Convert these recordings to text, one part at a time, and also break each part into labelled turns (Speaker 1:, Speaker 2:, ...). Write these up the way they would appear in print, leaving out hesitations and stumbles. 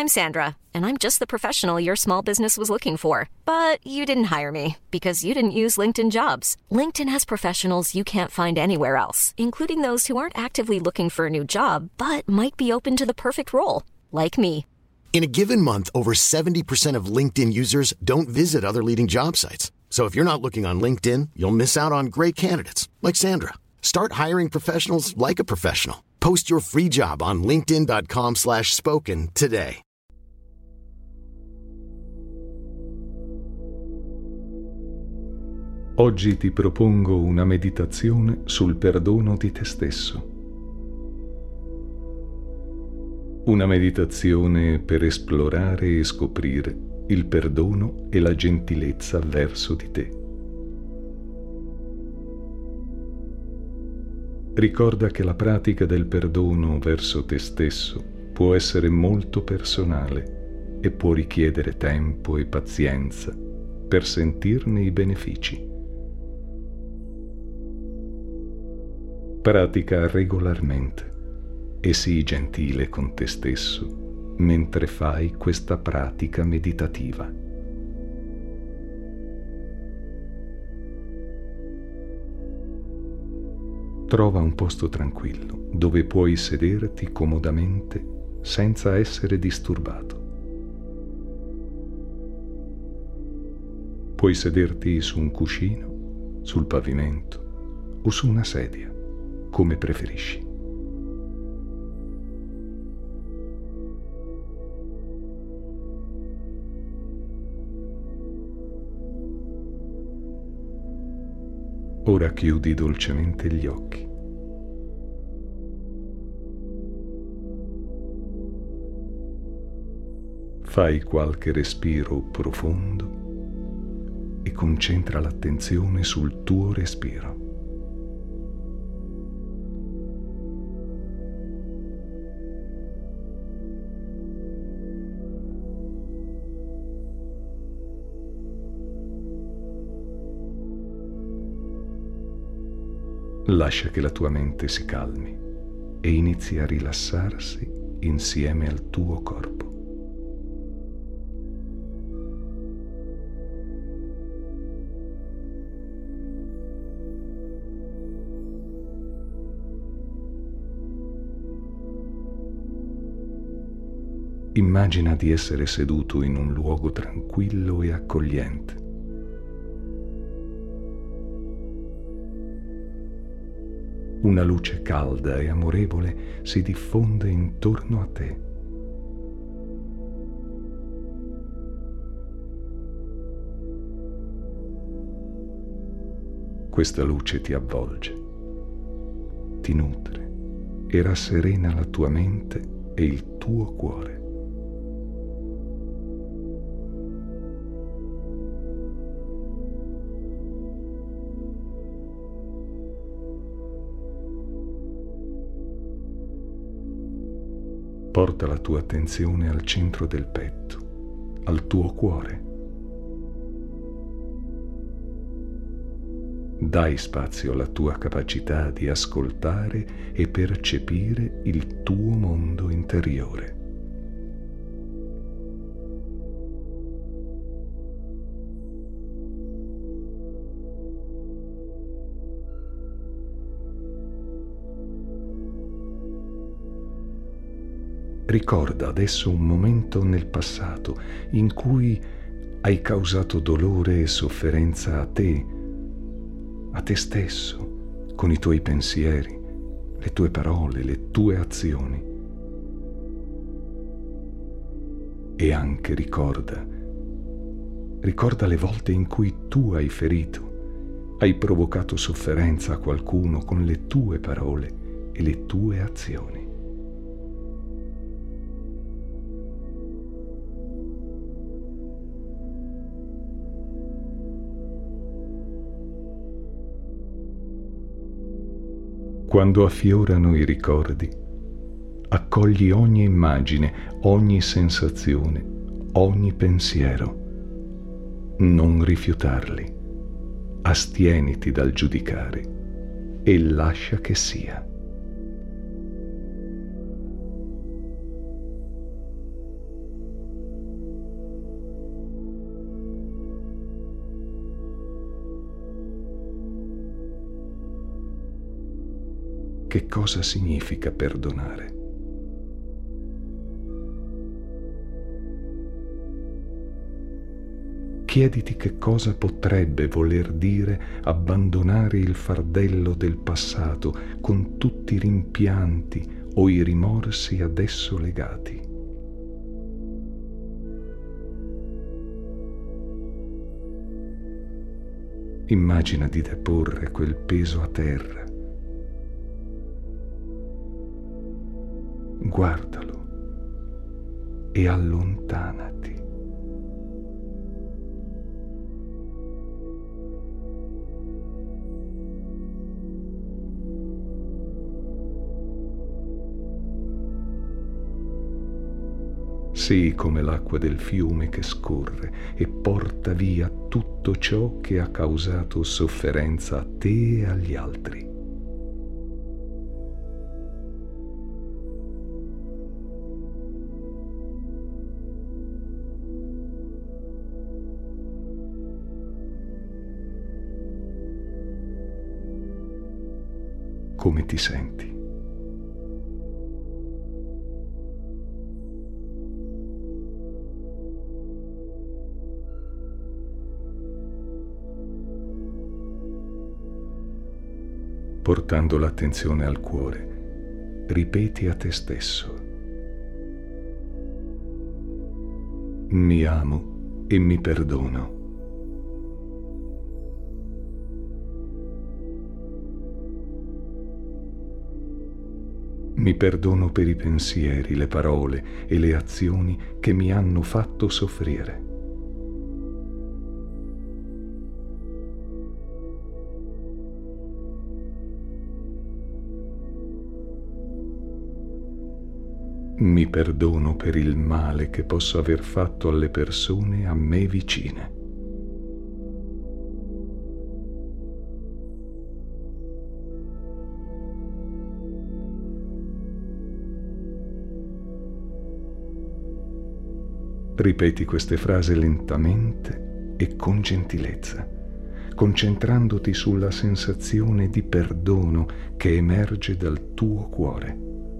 Speaker 1: I'm Sandra, and I'm just the professional your small business was looking for. But you didn't hire me because you didn't use LinkedIn Jobs. LinkedIn has professionals you can't find anywhere else, including those who aren't actively looking for a new job, but might be open to the perfect role, like me.
Speaker 2: In a given month, over 70% of LinkedIn users don't visit other leading job sites. So if you're not looking on LinkedIn, you'll miss out on great candidates like Sandra. Start hiring professionals like a professional. Post your free job on linkedin.com/spoken today.
Speaker 3: Oggi ti propongo una meditazione sul perdono di te stesso. Una meditazione per esplorare e scoprire il perdono e la gentilezza verso di te. Ricorda che la pratica del perdono verso te stesso può essere molto personale e può richiedere tempo e pazienza per sentirne i benefici. Pratica regolarmente e sii gentile con te stesso mentre fai questa pratica meditativa. Trova un posto tranquillo dove puoi sederti comodamente senza essere disturbato. Puoi sederti su un cuscino, sul pavimento o su una sedia, come preferisci. Ora chiudi dolcemente gli occhi. Fai qualche respiro profondo e concentra l'attenzione sul tuo respiro. Lascia che la tua mente si calmi e inizi a rilassarsi insieme al tuo corpo. Immagina di essere seduto in un luogo tranquillo e accogliente. Una luce calda e amorevole si diffonde intorno a te. Questa luce ti avvolge, ti nutre e rasserena la tua mente e il tuo cuore. Porta la tua attenzione al centro del petto, al tuo cuore. Dai spazio alla tua capacità di ascoltare e percepire il tuo mondo interiore. Ricorda adesso un momento nel passato in cui hai causato dolore e sofferenza a te stesso, con i tuoi pensieri, le tue parole, le tue azioni. E anche ricorda le volte in cui tu hai ferito, hai provocato sofferenza a qualcuno con le tue parole e le tue azioni. Quando affiorano i ricordi, accogli ogni immagine, ogni sensazione, ogni pensiero. Non rifiutarli. Astieniti dal giudicare e lascia che sia. che cosa significa perdonare. Chiediti che cosa potrebbe voler dire abbandonare il fardello del passato con tutti i rimpianti o i rimorsi ad esso legati. Immagina di deporre quel peso a terra. Guardalo e allontanati. Sii come l'acqua del fiume che scorre e porta via tutto ciò che ha causato sofferenza a te e agli altri. Come ti senti? Portando l'attenzione al cuore, ripeti a te stesso: mi amo e mi perdono. Mi perdono per i pensieri, le parole e le azioni che mi hanno fatto soffrire. Mi perdono per il male che posso aver fatto alle persone a me vicine. Ripeti queste frasi lentamente e con gentilezza, concentrandoti sulla sensazione di perdono che emerge dal tuo cuore.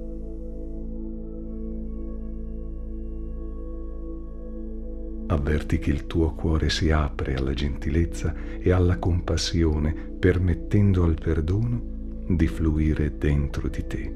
Speaker 3: Avverti che il tuo cuore si apre alla gentilezza e alla compassione, permettendo al perdono di fluire dentro di te.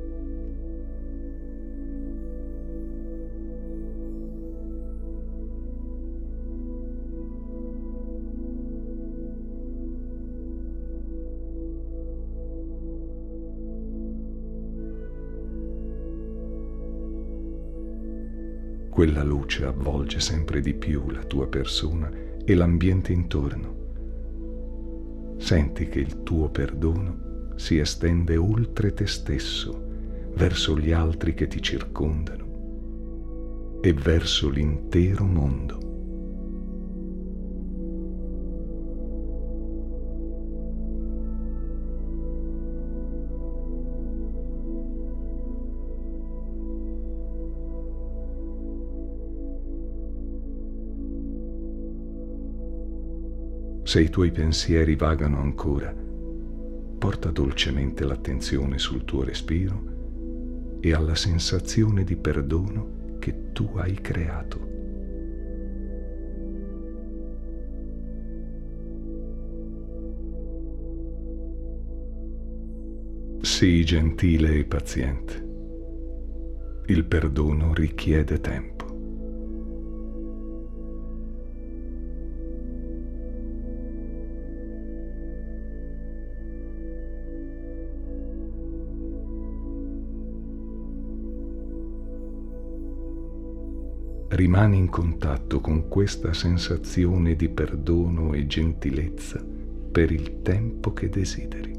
Speaker 3: Quella luce avvolge sempre di più la tua persona e l'ambiente intorno. Senti che il tuo perdono si estende oltre te stesso, verso gli altri che ti circondano e verso l'intero mondo. Se i tuoi pensieri vagano ancora, porta dolcemente l'attenzione sul tuo respiro e alla sensazione di perdono che tu hai creato. Sii gentile e paziente. Il perdono richiede tempo. Rimani in contatto con questa sensazione di perdono e gentilezza per il tempo che desideri.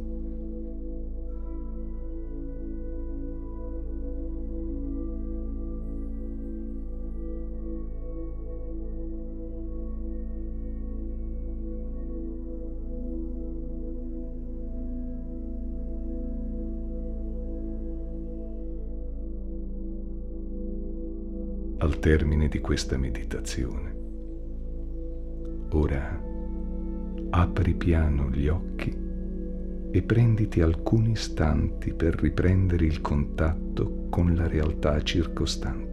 Speaker 3: Al termine di questa meditazione, ora apri piano gli occhi e prenditi alcuni istanti per riprendere il contatto con la realtà circostante.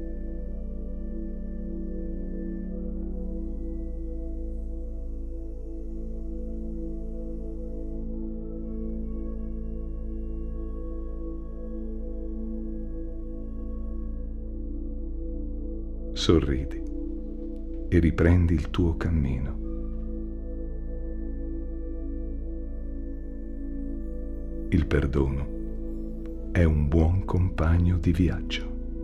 Speaker 3: Sorridi e riprendi il tuo cammino. Il perdono è un buon compagno di viaggio.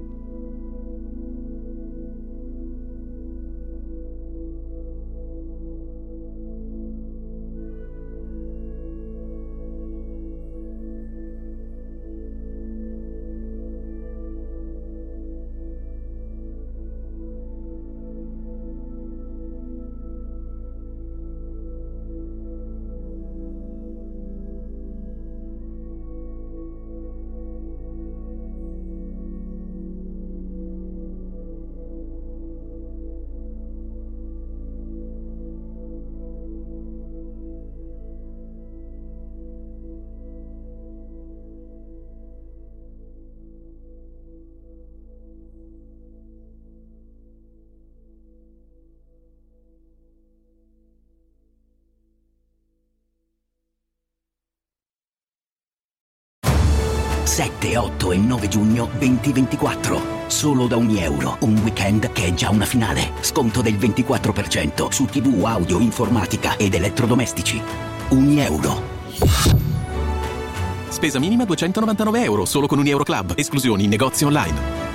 Speaker 4: Sette, 8 e 9 giugno 2024. Solo da €1. Un weekend che è già una finale. Sconto del 24% su TV, audio, informatica ed elettrodomestici. €1.
Speaker 5: Spesa minima €299, solo con un Euroclub. Esclusioni in negozi online.